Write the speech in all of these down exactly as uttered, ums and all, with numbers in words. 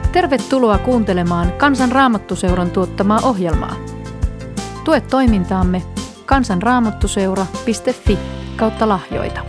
Tervetuloa kuuntelemaan Kansan Raamattuseuran tuottamaa ohjelmaa. Tue toimintaamme kansanraamattuseura piste fi kautta lahjoita.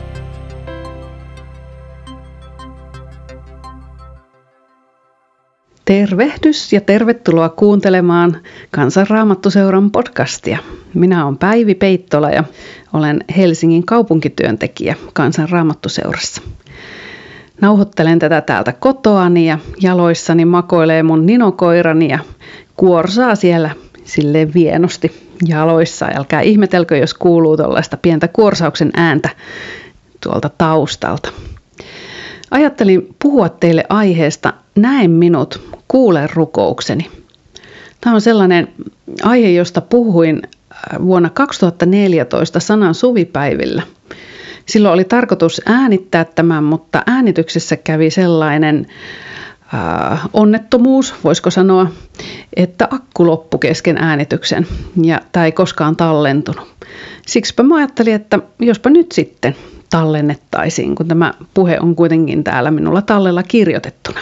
Tervehdys ja tervetuloa kuuntelemaan Kansan Raamattuseuran podcastia. Minä olen Päivi Peittola ja olen Helsingin kaupunkityöntekijä Kansan Raamattuseurassa. Nauhoittelen tätä täältä kotoani ja jaloissani makoilee mun ninokoirani ja kuorsaa siellä silleen vienosti jaloissa. Älkää ihmetelkö, jos kuuluu tuollaista pientä kuorsauksen ääntä tuolta taustalta. Ajattelin puhua teille aiheesta Näe minut, kuule rukoukseni. Tämä on sellainen aihe, josta puhuin vuonna kaksituhattaneljätoista sanan suvipäivillä. Silloin oli tarkoitus äänittää tämän, mutta äänityksessä kävi sellainen äh, onnettomuus, voisiko sanoa, että akku loppui kesken äänityksen ja tämä ei koskaan tallentunut. Siksipä mä ajattelin, että jospa nyt sitten tallennettaisiin, kun tämä puhe on kuitenkin täällä minulla tallella kirjoitettuna.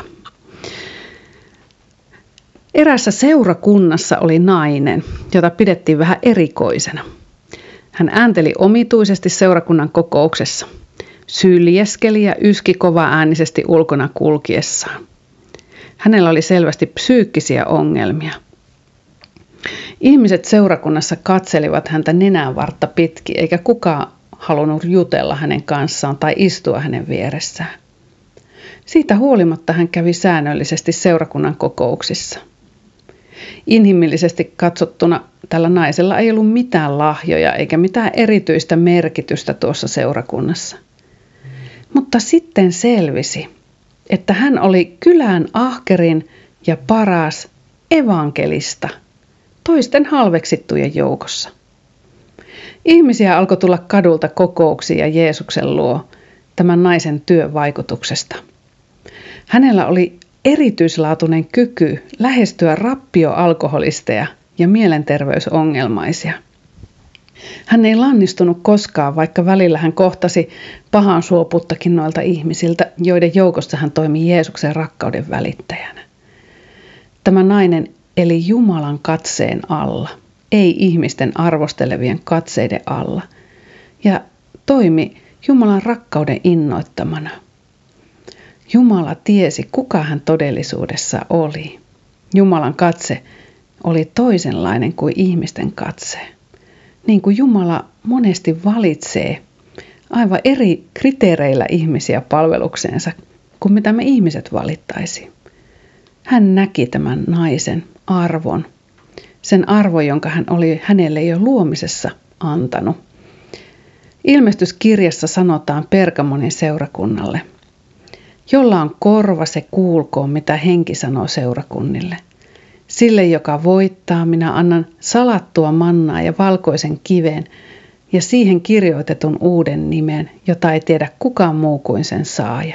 Eräässä seurakunnassa oli nainen, jota pidettiin vähän erikoisena. Hän äänteli omituisesti seurakunnan kokouksessa, syljeskeli ja yski kova-äänisesti ulkona kulkiessaan. Hänellä oli selvästi psyykkisiä ongelmia. Ihmiset seurakunnassa katselivat häntä nenänvartta pitkin, eikä kukaan halunnut jutella hänen kanssaan tai istua hänen vieressään. Siitä huolimatta hän kävi säännöllisesti seurakunnan kokouksissa. Inhimillisesti katsottuna tällä naisella ei ollut mitään lahjoja eikä mitään erityistä merkitystä tuossa seurakunnassa. Mutta sitten selvisi, että hän oli kylän ahkerin ja paras evankelista toisten halveksittujen joukossa. Ihmisiä alkoi tulla kadulta kokouksiin ja Jeesuksen luo tämän naisen työn vaikutuksesta. Hänellä oli erityislaatuinen kyky lähestyä rappioalkoholisteja ja mielenterveysongelmaisia. Hän ei lannistunut koskaan, vaikka välillä hän kohtasi pahan suoputtakin noilta ihmisiltä, joiden joukossa hän toimi Jeesuksen rakkauden välittäjänä. Tämä nainen eli Jumalan katseen alla, ei ihmisten arvostelevien katseiden alla, ja toimi Jumalan rakkauden innoittamana. Jumala tiesi, kuka hän todellisuudessa oli. Jumalan katse oli toisenlainen kuin ihmisten katse. Niin kuin Jumala monesti valitsee aivan eri kriteereillä ihmisiä palvelukseensa kuin mitä me ihmiset valittaisiin. Hän näki tämän naisen arvon, sen arvon, jonka hän oli hänelle jo luomisessa antanut. Ilmestyskirjassa sanotaan Pergamonin seurakunnalle: jolla on korva, se kuulkoon, mitä henki sanoo seurakunnille. Sille, joka voittaa, minä annan salattua mannaa ja valkoisen kiven ja siihen kirjoitetun uuden nimen, jota ei tiedä kukaan muu kuin sen saaja.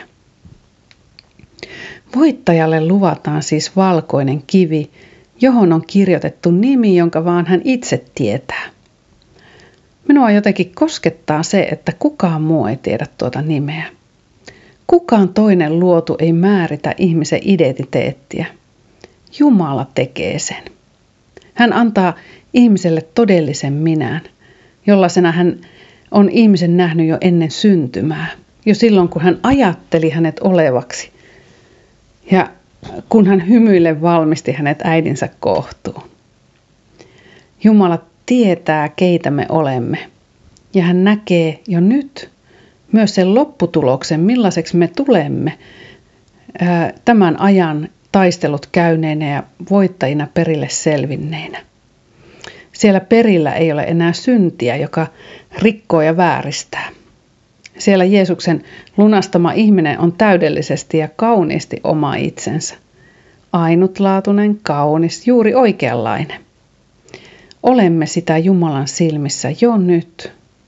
Voittajalle luvataan siis valkoinen kivi, johon on kirjoitettu nimi, jonka vaan hän itse tietää. Minua jotenkin koskettaa se, että kukaan muu ei tiedä tuota nimeä. Kukaan toinen luotu ei määritä ihmisen identiteettiä. Jumala tekee sen. Hän antaa ihmiselle todellisen minän, jollaisena hän on ihmisen nähnyt jo ennen syntymää, jo silloin kun hän ajatteli hänet olevaksi ja kun hän hymyille valmisti hänet äidinsä kohtuun. Jumala tietää, keitä me olemme, ja hän näkee jo nyt myös sen lopputuloksen, millaiseksi me tulemme tämän ajan taistelut käyneinä ja voittajina perille selvinneinä. Siellä perillä ei ole enää syntiä, joka rikkoo ja vääristää. Siellä Jeesuksen lunastama ihminen on täydellisesti ja kauniisti oma itsensä. Ainutlaatuinen, kaunis, juuri oikeanlainen. Olemme sitä Jumalan silmissä jo nyt.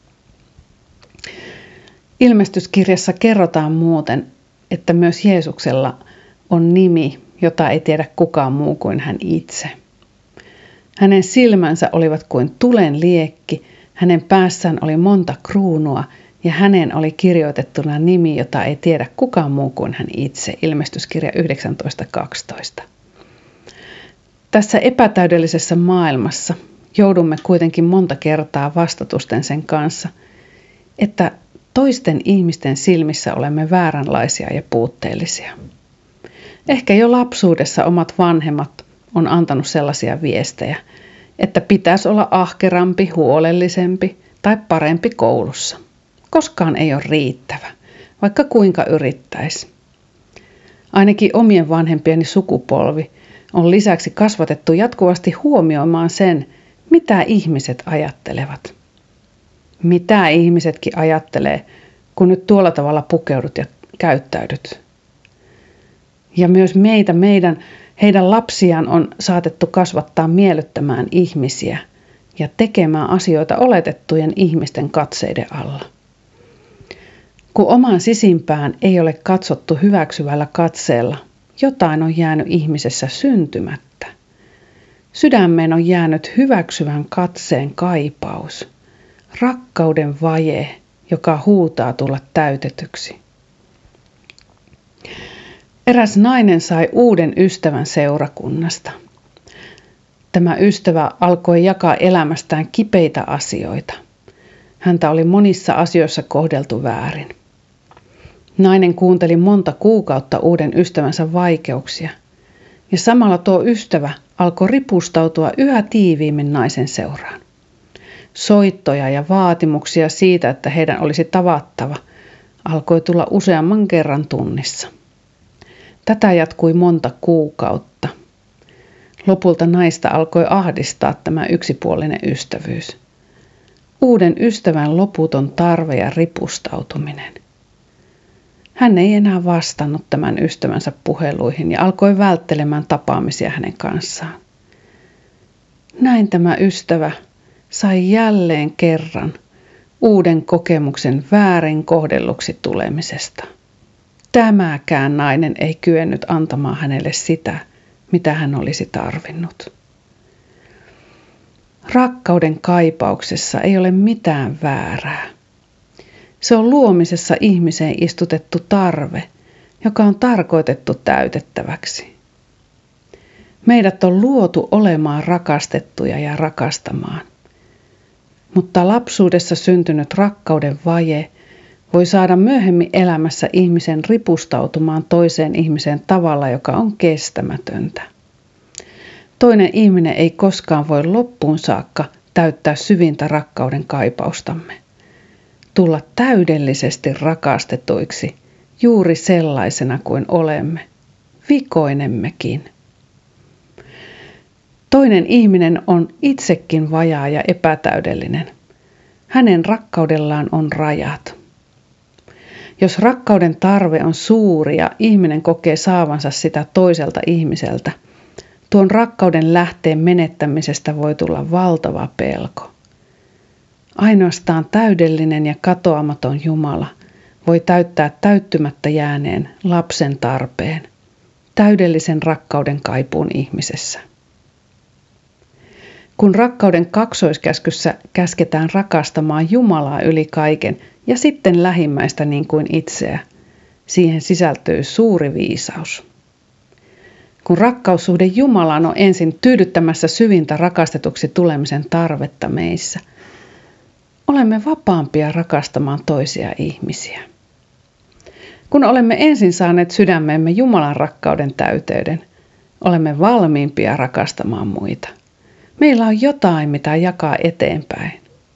Ilmestyskirjassa kerrotaan muuten, että myös Jeesuksella on nimi, jota ei tiedä kukaan muu kuin hän itse. Hänen silmänsä olivat kuin tulen liekki, hänen päässään oli monta kruunua ja hänen oli kirjoitettuna nimi, jota ei tiedä kukaan muu kuin hän itse, Ilmestyskirja yhdeksäntoista kaksitoista. Tässä epätäydellisessä maailmassa joudumme kuitenkin monta kertaa vastatusten sen kanssa, että toisten ihmisten silmissä olemme vääränlaisia ja puutteellisia. Ehkä jo lapsuudessa omat vanhemmat on antanut sellaisia viestejä, että pitäisi olla ahkerampi, huolellisempi tai parempi koulussa. Koskaan ei ole riittävä, vaikka kuinka yrittäisi. Ainakin omien vanhempieni sukupolvi on lisäksi kasvatettu jatkuvasti huomioimaan sen, mitä ihmiset ajattelevat. Mitä ihmisetkin ajattelee, kun nyt tuolla tavalla pukeudut ja käyttäydyt. Ja myös meitä, meidän, heidän lapsiaan on saatettu kasvattaa miellyttämään ihmisiä ja tekemään asioita oletettujen ihmisten katseiden alla. Kun oman sisimpään ei ole katsottu hyväksyvällä katseella, jotain on jäänyt ihmisessä syntymättä. Sydämeen on jäänyt hyväksyvän katseen kaipaus, rakkauden vaje, joka huutaa tulla täytetyksi. Eräs nainen sai uuden ystävän seurakunnasta. Tämä ystävä alkoi jakaa elämästään kipeitä asioita. Häntä oli monissa asioissa kohdeltu väärin. Nainen kuunteli monta kuukautta uuden ystävänsä vaikeuksia, ja samalla tuo ystävä alkoi ripustautua yhä tiiviimmin naisen seuraan. Soittoja ja vaatimuksia siitä, että heidän olisi tavattava, alkoi tulla useamman kerran tunnissa. Tätä jatkui monta kuukautta. Lopulta naista alkoi ahdistaa tämä yksipuolinen ystävyys. Uuden ystävän loputon tarve ja ripustautuminen. Hän ei enää vastannut tämän ystävänsä puheluihin ja alkoi välttelemään tapaamisia hänen kanssaan. Näin tämä ystävä sai jälleen kerran uuden kokemuksen väärin kohdelluksi tulemisesta. Tämäkään nainen ei kyennyt antamaan hänelle sitä, mitä hän olisi tarvinnut. Rakkauden kaipauksessa ei ole mitään väärää. Se on luomisessa ihmiseen istutettu tarve, joka on tarkoitettu täytettäväksi. Meidät on luotu olemaan rakastettuja ja rakastamaan. Mutta lapsuudessa syntynyt rakkauden vaje voi saada myöhemmin elämässä ihmisen ripustautumaan toiseen ihmiseen tavalla, joka on kestämätöntä. Toinen ihminen ei koskaan voi loppuun saakka täyttää syvintä rakkauden kaipaustamme. Tulla täydellisesti rakastetuiksi juuri sellaisena kuin olemme, vikoinemmekin. Toinen ihminen on itsekin vajaa ja epätäydellinen. Hänen rakkaudellaan on rajat. Jos rakkauden tarve on suuri ja ihminen kokee saavansa sitä toiselta ihmiseltä, tuon rakkauden lähteen menettämisestä voi tulla valtava pelko. Ainoastaan täydellinen ja katoamaton Jumala voi täyttää täyttymättä jääneen lapsen tarpeen, täydellisen rakkauden kaipuun ihmisessä. Kun rakkauden kaksoiskäskyssä käsketään rakastamaan Jumalaa yli kaiken ja sitten lähimmäistä niin kuin itseä, siihen sisältyy suuri viisaus. Kun rakkaussuhde Jumalaan on ensin tyydyttämässä syvintä rakastetuksi tulemisen tarvetta meissä, olemme vapaampia rakastamaan toisia ihmisiä. Kun olemme ensin saaneet sydämemme Jumalan rakkauden täyteyden, olemme valmiimpia rakastamaan muita. Meillä on jotain, mitä jakaa eteenpäin.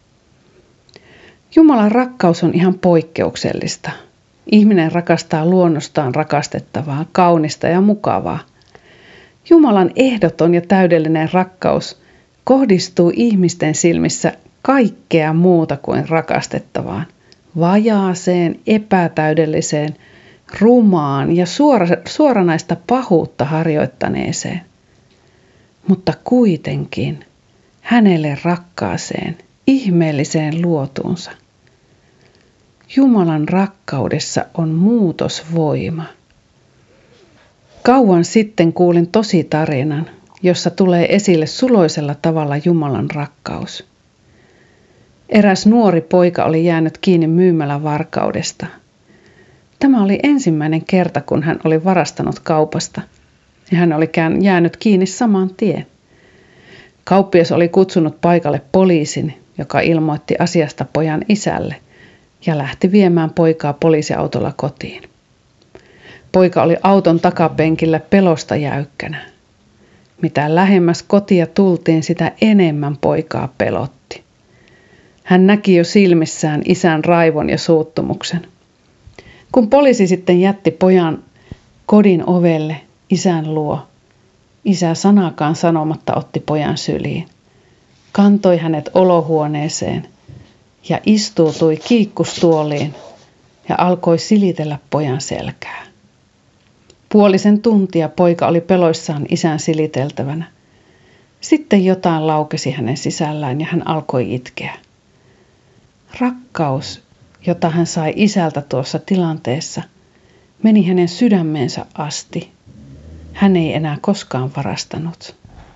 Jumalan rakkaus on ihan poikkeuksellista. Ihminen rakastaa luonnostaan rakastettavaa, kaunista ja mukavaa. Jumalan ehdoton ja täydellinen rakkaus kohdistuu ihmisten silmissä kaikkea muuta kuin rakastettavaan, vajaaseen, epätäydelliseen, rumaan ja suora, suoranaista pahuutta harjoittaneeseen. Mutta kuitenkin hänelle rakkaaseen, ihmeelliseen luotuunsa. Jumalan rakkaudessa on muutosvoima. Kauan sitten kuulin tositarinan, jossa tulee esille suloisella tavalla Jumalan rakkaus. Eräs nuori poika oli jäänyt kiinni myymälän varkaudesta. Tämä oli ensimmäinen kerta, kun hän oli varastanut kaupasta, ja hän oli jäänyt kiinni saman tien. Kauppias oli kutsunut paikalle poliisin, joka ilmoitti asiasta pojan isälle, ja lähti viemään poikaa poliisiautolla kotiin. Poika oli auton takapenkillä pelosta jäykkänä. Mitä lähemmäs kotia tultiin, sitä enemmän poikaa pelotti. Hän näki jo silmissään isän raivon ja suuttumuksen. Kun poliisi sitten jätti pojan kodin ovelle isän luo, isä sanakaan sanomatta otti pojan syliin, kantoi hänet olohuoneeseen ja istuutui kiikkustuoliin ja alkoi silitellä pojan selkää. Puolisen tuntia poika oli peloissaan isän siliteltävänä. Sitten jotain laukesi hänen sisällään ja hän alkoi itkeä. Rakkaus, jota hän sai isältä tuossa tilanteessa, meni hänen sydämeensä asti. Hän ei enää koskaan varastanut.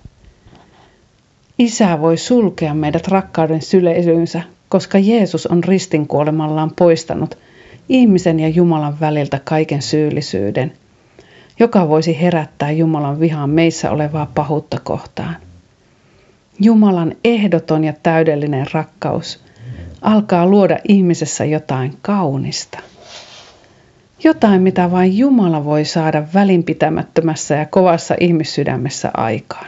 Isä voi sulkea meidät rakkauden syleisyynsä, koska Jeesus on ristinkuolemallaan poistanut ihmisen ja Jumalan väliltä kaiken syyllisyyden, joka voisi herättää Jumalan vihaan meissä olevaa pahuutta kohtaan. Jumalan ehdoton ja täydellinen rakkaus alkaa luoda ihmisessä jotain kaunista. Jotain, mitä vain Jumala voi saada välinpitämättömässä ja kovassa ihmissydämessä aikaan.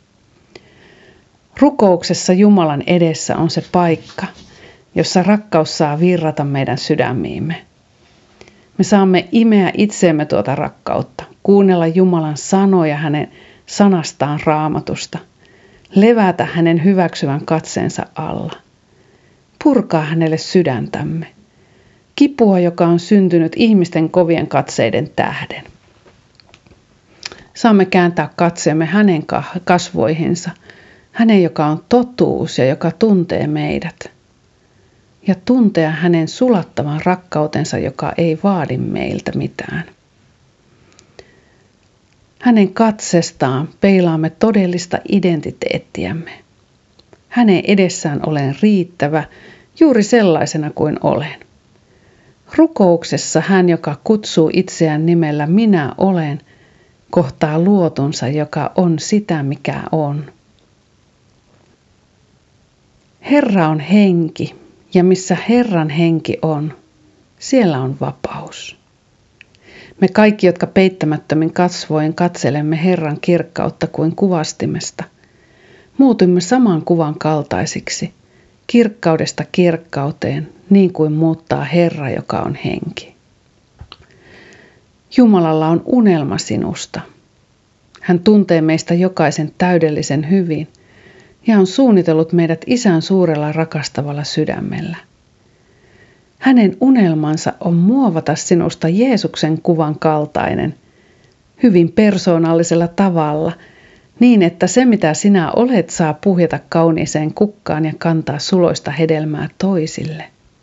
Rukouksessa Jumalan edessä on se paikka, jossa rakkaus saa virrata meidän sydämiimme. Me saamme imeä itseemme tuota rakkautta, kuunnella Jumalan sanoja hänen sanastaan Raamatusta, levätä hänen hyväksyvän katseensa alla, purkaa hänelle sydäntämme, kipua, joka on syntynyt ihmisten kovien katseiden tähden. Saamme kääntää katseemme hänen kasvoihinsa, hänen, joka on totuus ja joka tuntee meidät, ja tuntea hänen sulattavan rakkautensa, joka ei vaadi meiltä mitään. Hänen katsestaan peilaamme todellista identiteettiämme. Hänen edessään olen riittävä juuri sellaisena kuin olen. Rukouksessa hän, joka kutsuu itseään nimellä minä olen, kohtaa luotunsa, joka on sitä, mikä on. Herra on henki, ja missä Herran henki on, siellä on vapaus. Me kaikki, jotka peittämättömin kasvoin katselemme Herran kirkkautta kuin kuvastimesta, muutumme saman kuvan kaltaisiksi, kirkkaudesta kirkkauteen, niin kuin muuttaa Herra, joka on henki. Jumalalla on unelma sinusta. Hän tuntee meistä jokaisen täydellisen hyvin ja on suunnitellut meidät Isän suurella rakastavalla sydämellä. Hänen unelmansa on muovata sinusta Jeesuksen kuvan kaltainen, hyvin persoonallisella tavalla, niin että se mitä sinä olet saa puhjeta kauniiseen kukkaan ja kantaa suloista hedelmää toisille.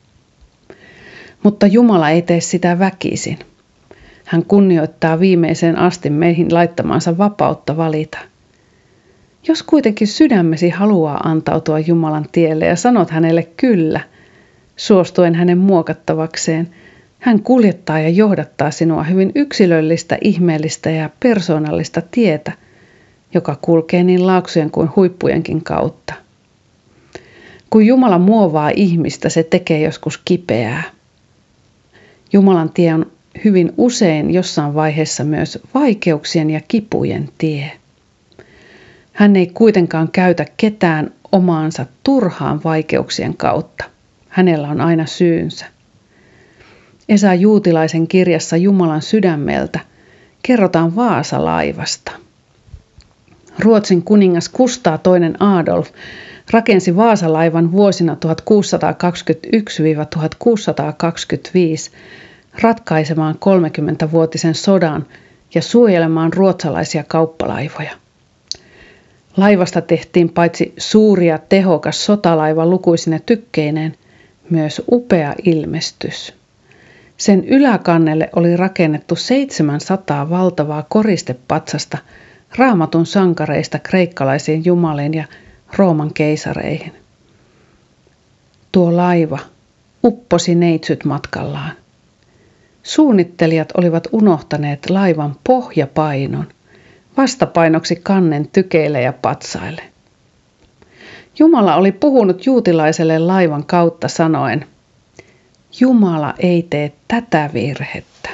Mutta Jumala ei tee sitä väkisin. Hän kunnioittaa viimeiseen asti meihin laittamansa vapautta valita. Jos kuitenkin sydämesi haluaa antautua Jumalan tielle ja sanot hänelle kyllä, suostuen hänen muokattavakseen, hän kuljettaa ja johdattaa sinua hyvin yksilöllistä, ihmeellistä ja persoonallista tietä, joka kulkee niin laaksojen kuin huippujenkin kautta. Kun Jumala muovaa ihmistä, se tekee joskus kipeää. Jumalan tie on hyvin usein jossain vaiheessa myös vaikeuksien ja kipujen tie. Hän ei kuitenkaan käytä ketään omaansa turhaan vaikeuksien kautta. Hänellä on aina syynsä. Esa Juutilaisen kirjassa Jumalan sydämeltä kerrotaan Vaasalaivasta. Ruotsin kuningas Kustaa toinen Adolf rakensi Vaasalaivan vuosina tuhatkuusisataakaksikymmentäyksi tuhatkuusisataakaksikymmentäviisi ratkaisemaan kolmekymmentävuotisen sodan ja suojelemaan ruotsalaisia kauppalaivoja. Laivasta tehtiin paitsi suuri ja tehokas sotalaiva lukuisine tykkeineen, myös upea ilmestys. Sen yläkannelle oli rakennettu seitsemänsataa valtavaa koristepatsasta Raamatun sankareista kreikkalaisiin jumaliin ja Rooman keisareihin. tuo laiva upposi neitsyt matkallaan. Suunnittelijat olivat unohtaneet laivan pohjapainon vastapainoksi kannen tykeille ja patsaille. Jumala oli puhunut juutilaiselle laivan kautta sanoen, Jumala ei tee tätä virhettä.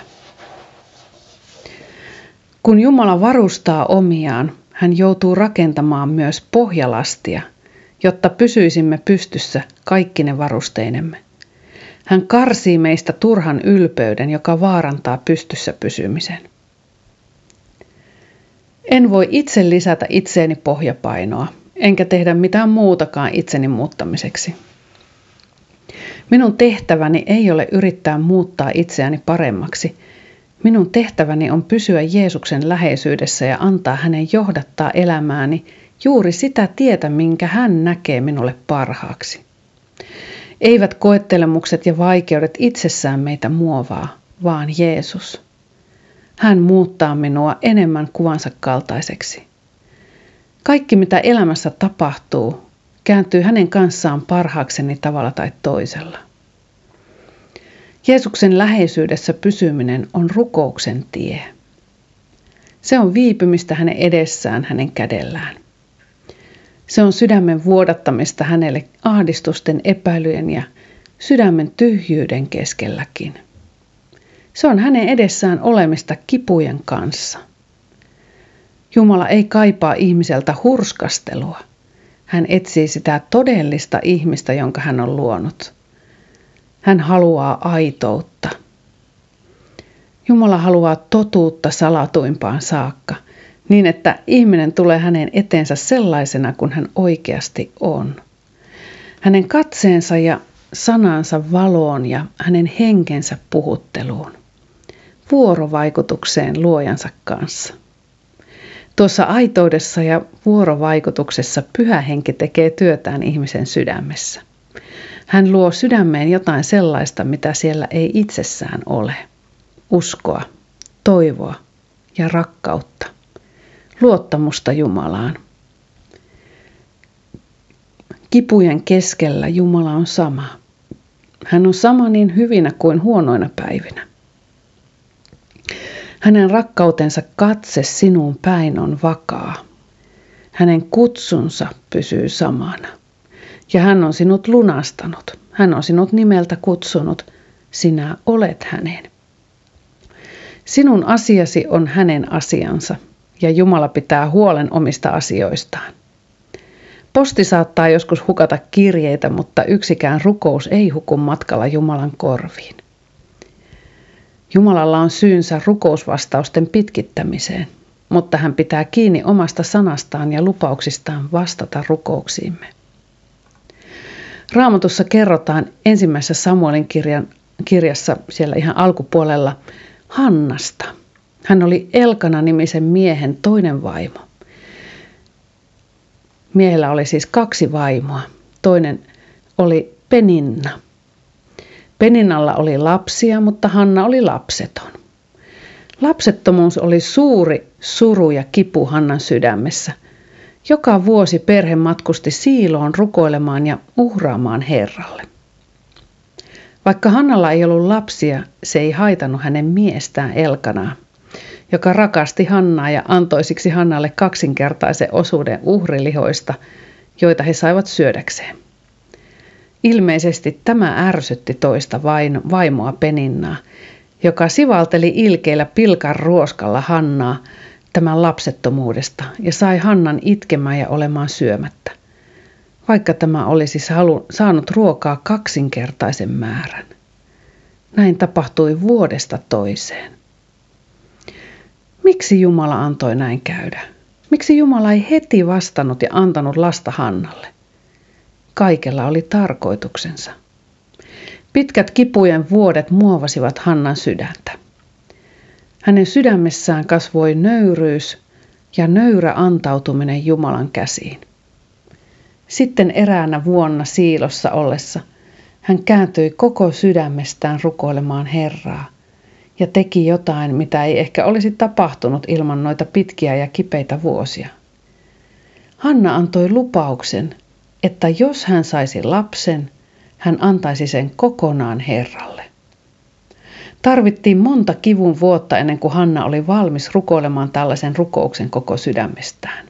Kun Jumala varustaa omiaan, hän joutuu rakentamaan myös pohjalastia, jotta pysyisimme pystyssä kaikkine varusteinemme. Hän karsii meistä turhan ylpeyden, joka vaarantaa pystyssä pysymisen. En voi itse lisätä itseeni pohjapainoa, enkä tehdä mitään muutakaan itseni muuttamiseksi. Minun tehtäväni ei ole yrittää muuttaa itseäni paremmaksi. Minun tehtäväni on pysyä Jeesuksen läheisyydessä ja antaa hänen johdattaa elämääni juuri sitä tietä, minkä hän näkee minulle parhaaksi. Eivät koettelemukset ja vaikeudet itsessään meitä muovaa, vaan Jeesus. Hän muuttaa minua enemmän kuvansa kaltaiseksi. Kaikki, mitä elämässä tapahtuu, kääntyy hänen kanssaan parhaakseni tavalla tai toisella. Jeesuksen läheisyydessä pysyminen on rukouksen tie. Se on viipymistä hänen edessään, hänen kädellään. Se on sydämen vuodattamista hänelle ahdistusten, epäilyjen ja sydämen tyhjyyden keskelläkin. Se on hänen edessään olemista kipujen kanssa. Jumala ei kaipaa ihmiseltä hurskastelua. Hän etsii sitä todellista ihmistä, jonka hän on luonut. Hän haluaa aitoutta. Jumala haluaa totuutta salatuimpaan saakka, niin että ihminen tulee hänen eteensä sellaisena kuin hän oikeasti on. Hänen katseensa ja sanansa valoon ja hänen henkensä puhutteluun. Vuorovaikutukseen luojansa kanssa. Tuossa aitoudessa ja vuorovaikutuksessa Pyhä Henki tekee työtään ihmisen sydämessä. Hän luo sydämeen jotain sellaista, mitä siellä ei itsessään ole. Uskoa, toivoa ja rakkautta. Luottamusta Jumalaan. Kipujen keskellä Jumala on sama. Hän on sama niin hyvinä kuin huonoina päivinä. Hänen rakkautensa katse sinuun päin on vakaa. Hänen kutsunsa pysyy samana. Ja hän on sinut lunastanut. Hän on sinut nimeltä kutsunut. Sinä olet hänen. Sinun asiasi on hänen asiansa. Ja Jumala pitää huolen omista asioistaan. Posti saattaa joskus hukata kirjeitä, mutta yksikään rukous ei huku matkalla Jumalan korviin. Jumalalla on syynsä rukousvastausten pitkittämiseen, mutta hän pitää kiinni omasta sanastaan ja lupauksistaan vastata rukouksiimme. Raamatussa kerrotaan ensimmäisessä Samuelin kirjan, kirjassa siellä ihan alkupuolella Hannasta. Hän oli Elkana-nimisen miehen toinen vaimo. Miehellä oli siis kaksi vaimoa. Toinen oli Peninna. Peninnalla oli lapsia, mutta Hanna oli lapseton. Lapsettomuus oli suuri suru ja kipu Hannan sydämessä. Joka vuosi perhe matkusti Siiloon rukoilemaan ja uhraamaan Herralle. Vaikka Hannalla ei ollut lapsia, se ei haitannut hänen miestään Elkanaa, joka rakasti Hannaa ja antoi siksi Hannalle kaksinkertaisen osuuden uhrilihoista, joita he saivat syödäkseen. Ilmeisesti tämä ärsytti toista vaimoa Peninnaa, joka sivalteli ilkeillä pilkan ruoskalla Hannaa tämän lapsettomuudesta ja sai Hannan itkemään ja olemaan syömättä, vaikka tämä olisi saanut ruokaa kaksinkertaisen määrän. Näin tapahtui vuodesta toiseen. Miksi Jumala antoi näin käydä? Miksi Jumala ei heti vastannut ja antanut lasta Hannalle? Kaikella oli tarkoituksensa. Pitkät kipujen vuodet muovasivat Hannan sydäntä. Hänen sydämessään kasvoi nöyryys ja nöyrä antautuminen Jumalan käsiin. Sitten eräänä vuonna Siilossa ollessa hän kääntyi koko sydämestään rukoilemaan Herraa ja teki jotain, mitä ei ehkä olisi tapahtunut ilman noita pitkiä ja kipeitä vuosia. Hanna antoi lupauksen, että jos hän saisi lapsen, hän antaisi sen kokonaan Herralle. Tarvittiin monta kivun vuotta ennen kuin Hanna oli valmis rukoilemaan tällaisen rukouksen koko sydämestään.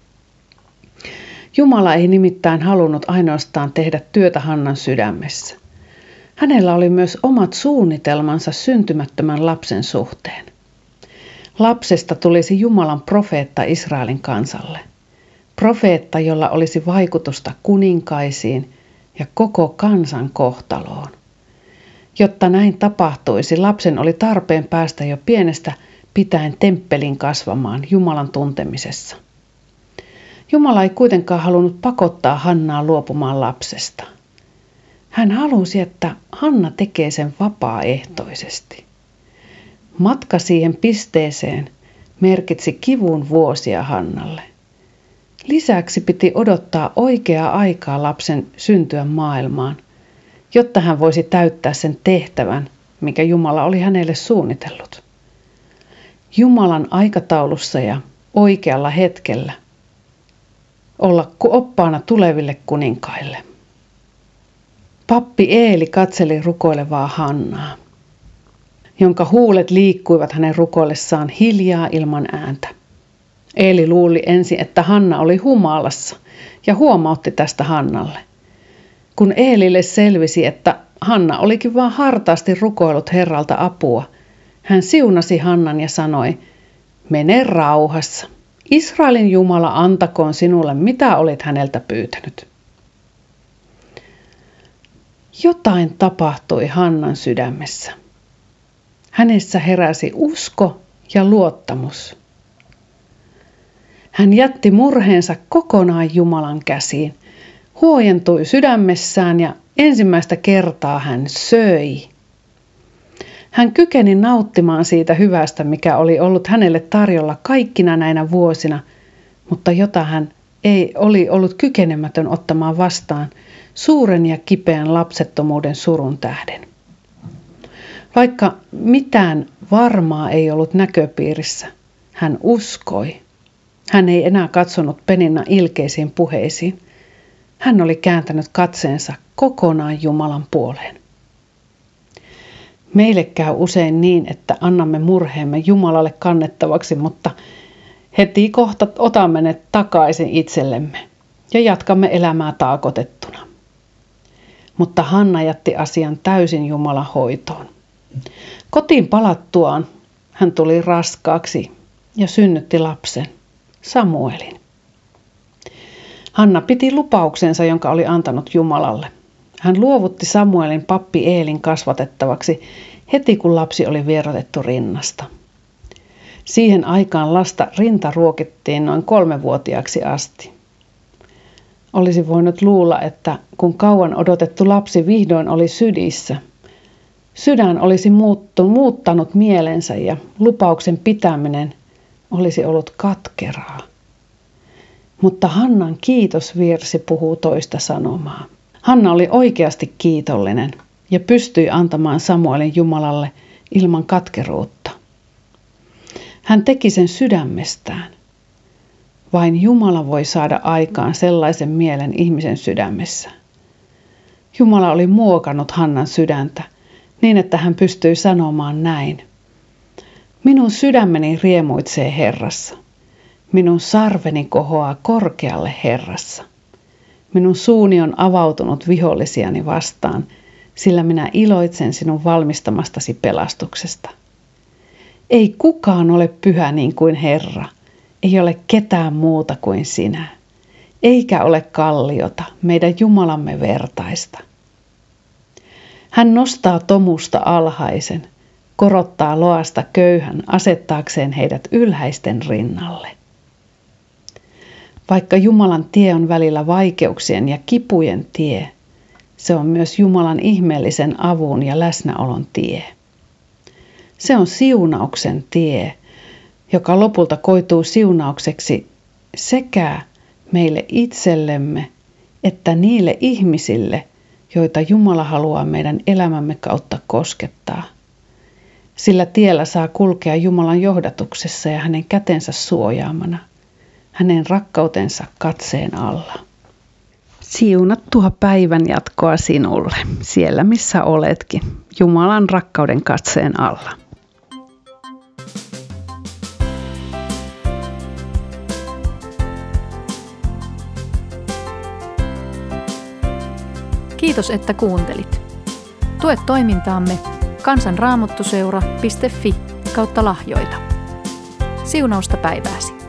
Jumala ei nimittäin halunnut ainoastaan tehdä työtä Hannan sydämessä. Hänellä oli myös omat suunnitelmansa syntymättömän lapsen suhteen. Lapsesta tulisi Jumalan profeetta Israelin kansalle. Profeetta, jolla olisi vaikutusta kuninkaisiin ja koko kansan kohtaloon. Jotta näin tapahtuisi, lapsen oli tarpeen päästä jo pienestä pitäen temppelin kasvamaan Jumalan tuntemisessa. Jumala ei kuitenkaan halunnut pakottaa Hannaa luopumaan lapsesta. Hän halusi, että Hanna tekee sen vapaaehtoisesti. Matka siihen pisteeseen merkitsi kivun vuosia Hannalle. Lisäksi piti odottaa oikeaa aikaa lapsen syntyä maailmaan, jotta hän voisi täyttää sen tehtävän, mikä Jumala oli hänelle suunnitellut. Jumalan aikataulussa ja oikealla hetkellä olla oppaana tuleville kuninkaille. Pappi Eeli katseli rukoilevaa Hannaa, jonka huulet liikkuivat hänen rukoillessaan hiljaa ilman ääntä. Eeli luuli ensin, että Hanna oli humalassa ja huomautti tästä Hannalle. Kun Eelille selvisi, että Hanna olikin vain hartaasti rukoillut Herralta apua, hän siunasi Hannan ja sanoi, mene rauhassa. Israelin Jumala antakoon sinulle, mitä olit häneltä pyytänyt. Jotain tapahtui Hannan sydämessä. Hänessä heräsi usko ja luottamus. Hän jätti murheensa kokonaan Jumalan käsiin, huojentui sydämessään ja ensimmäistä kertaa hän söi. Hän kykeni nauttimaan siitä hyvästä, mikä oli ollut hänelle tarjolla kaikkina näinä vuosina, mutta jota hän ei oli ollut kykenemätön ottamaan vastaan suuren ja kipeän lapsettomuuden surun tähden. Vaikka mitään varmaa ei ollut näköpiirissä, hän uskoi. Hän ei enää katsonut Peninnan ilkeisiin puheisiin. Hän oli kääntänyt katseensa kokonaan Jumalan puoleen. Meille käy usein niin, että annamme murheemme Jumalalle kannettavaksi, mutta heti kohta otamme ne takaisin itsellemme ja jatkamme elämää taakotettuna. Mutta Hanna jätti asian täysin Jumalan hoitoon. Kotiin palattuaan hän tuli raskaaksi ja synnytti lapsen, Samuelin. Hanna piti lupauksensa, jonka oli antanut Jumalalle. Hän luovutti Samuelin pappi Eelin kasvatettavaksi heti, kun lapsi oli vierotettu rinnasta. Siihen aikaan lasta rintaruokittiin noin kolmevuotiaaksi asti. Olisi voinut luulla, että kun kauan odotettu lapsi vihdoin oli sydissä, sydän olisi muuttu, muuttanut mielensä ja lupauksen pitäminen olisi ollut katkeraa. Mutta Hannan kiitosvirsi puhuu toista sanomaa. Hanna oli oikeasti kiitollinen ja pystyi antamaan Samuelin Jumalalle ilman katkeruutta. Hän teki sen sydämestään. Vain Jumala voi saada aikaan sellaisen mielen ihmisen sydämessä. Jumala oli muokannut Hannan sydäntä niin, että hän pystyi sanomaan näin. Minun sydämeni riemuitsee Herrassa. Minun sarveni kohoaa korkealle Herrassa. Minun suuni on avautunut vihollisiani vastaan, sillä minä iloitsen sinun valmistamastasi pelastuksesta. Ei kukaan ole pyhä niin kuin Herra, ei ole ketään muuta kuin sinä, eikä ole kalliota, meidän Jumalamme vertaista. Hän nostaa tomusta alhaisen, korottaa loasta köyhän asettaakseen heidät ylhäisten rinnalle. Vaikka Jumalan tie on välillä vaikeuksien ja kipujen tie, se on myös Jumalan ihmeellisen avun ja läsnäolon tie. Se on siunauksen tie, joka lopulta koituu siunaukseksi sekä meille itsellemme että niille ihmisille, joita Jumala haluaa meidän elämämme kautta koskettaa. Sillä tiellä saa kulkea Jumalan johdatuksessa ja hänen kätensä suojaamana, hänen rakkautensa katseen alla. Siunattu riemuisaa päivän jatkoa sinulle, siellä missä oletkin, Jumalan rakkauden katseen alla. Kiitos, että kuuntelit. Tue toimintaamme kansanraamattuseura piste fi kautta lahjoita. Siunausta päivääsi.